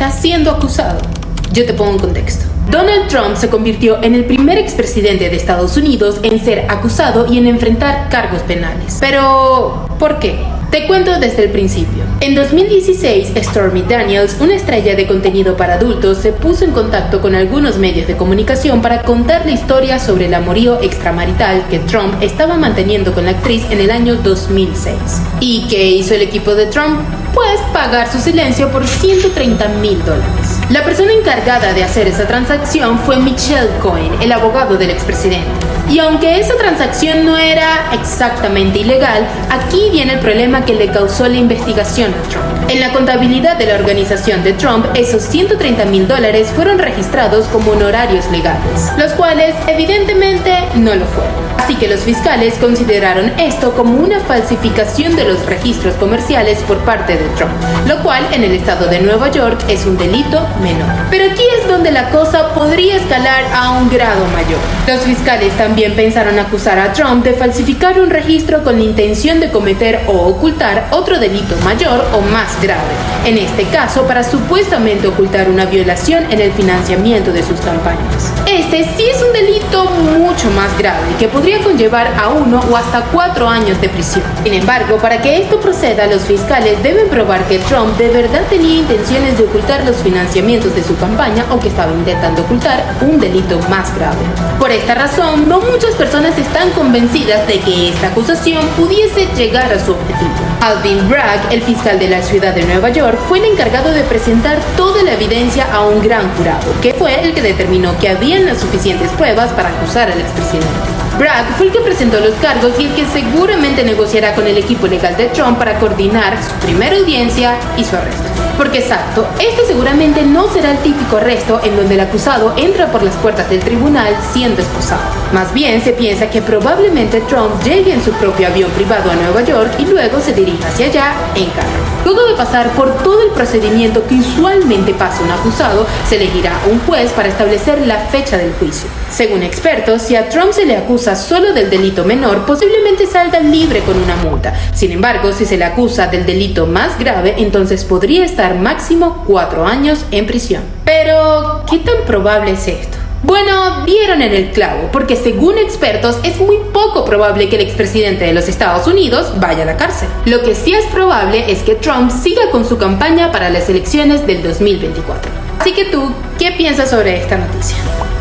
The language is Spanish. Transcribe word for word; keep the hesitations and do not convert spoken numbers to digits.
está siendo acusado. Yo te pongo en contexto. Donald Trump se convirtió en el primer expresidente de Estados Unidos en ser acusado y en enfrentar cargos penales. Pero, ¿por qué? Te cuento desde el principio. En dos mil dieciséis, Stormy Daniels, una estrella de contenido para adultos, se puso en contacto con algunos medios de comunicación para contar la historia sobre el amorío extramarital que Trump estaba manteniendo con la actriz en el año dos mil seis. ¿Y qué hizo el equipo de Trump? Pues pagar su silencio por ciento treinta mil dólares. La persona encargada de hacer esa transacción fue Michael Cohen, el abogado del expresidente. Y aunque esa transacción no era exactamente ilegal, aquí viene el problema que le causó la investigación a Trump. En la contabilidad de la organización de Trump, esos ciento treinta mil dólares fueron registrados como honorarios legales, los cuales evidentemente no lo fueron. Así que los fiscales consideraron esto como una falsificación de los registros comerciales por parte de Trump, lo cual en el estado de Nueva York es un delito menor. Pero aquí es donde la cosa podría escalar a un grado mayor. Los fiscales también pensaron acusar a Trump de falsificar un registro con la intención de cometer o ocultar otro delito mayor o más grave, en este caso para supuestamente ocultar una violación en el financiamiento de sus campañas. Este sí es un delito mucho más grave que podría conllevar a uno o hasta cuatro años de prisión. Sin embargo, para que esto proceda, los fiscales deben probar que Trump de verdad tenía intenciones de ocultar los financiamientos de su campaña o que estaba intentando ocultar un delito más grave. Por esta razón, no muchas personas están convencidas de que esta acusación pudiese llegar a su objetivo. Alvin Bragg, el fiscal de la ciudad de Nueva York, fue el encargado de presentar toda la evidencia a un gran jurado, que fue el que determinó que habían las suficientes pruebas para acusar al expresidente. Bragg fue el que presentó los cargos y el que seguramente negociará con el equipo legal de Trump para coordinar su primera audiencia y su arresto. Porque exacto, este seguramente no será el típico arresto en donde el acusado entra por las puertas del tribunal siendo esposado. Más bien se piensa que probablemente Trump llegue en su propio avión privado a Nueva York y luego se dirija hacia allá en carro. Luego de pasar por todo el procedimiento que usualmente pasa un acusado, se elegirá un juez para establecer la fecha del juicio. Según expertos, si a Trump se le acusa solo del delito menor, posiblemente salga libre con una multa. Sin embargo, si se le acusa del delito más grave, entonces podría estar máximo cuatro años en prisión. Pero, ¿qué tan probable es esto? Bueno, dieron en el clavo, porque según expertos es muy poco probable que el expresidente de los Estados Unidos vaya a la cárcel. Lo que sí es probable es que Trump siga con su campaña para las elecciones del dos mil veinticuatro. Así que tú, ¿qué piensas sobre esta noticia?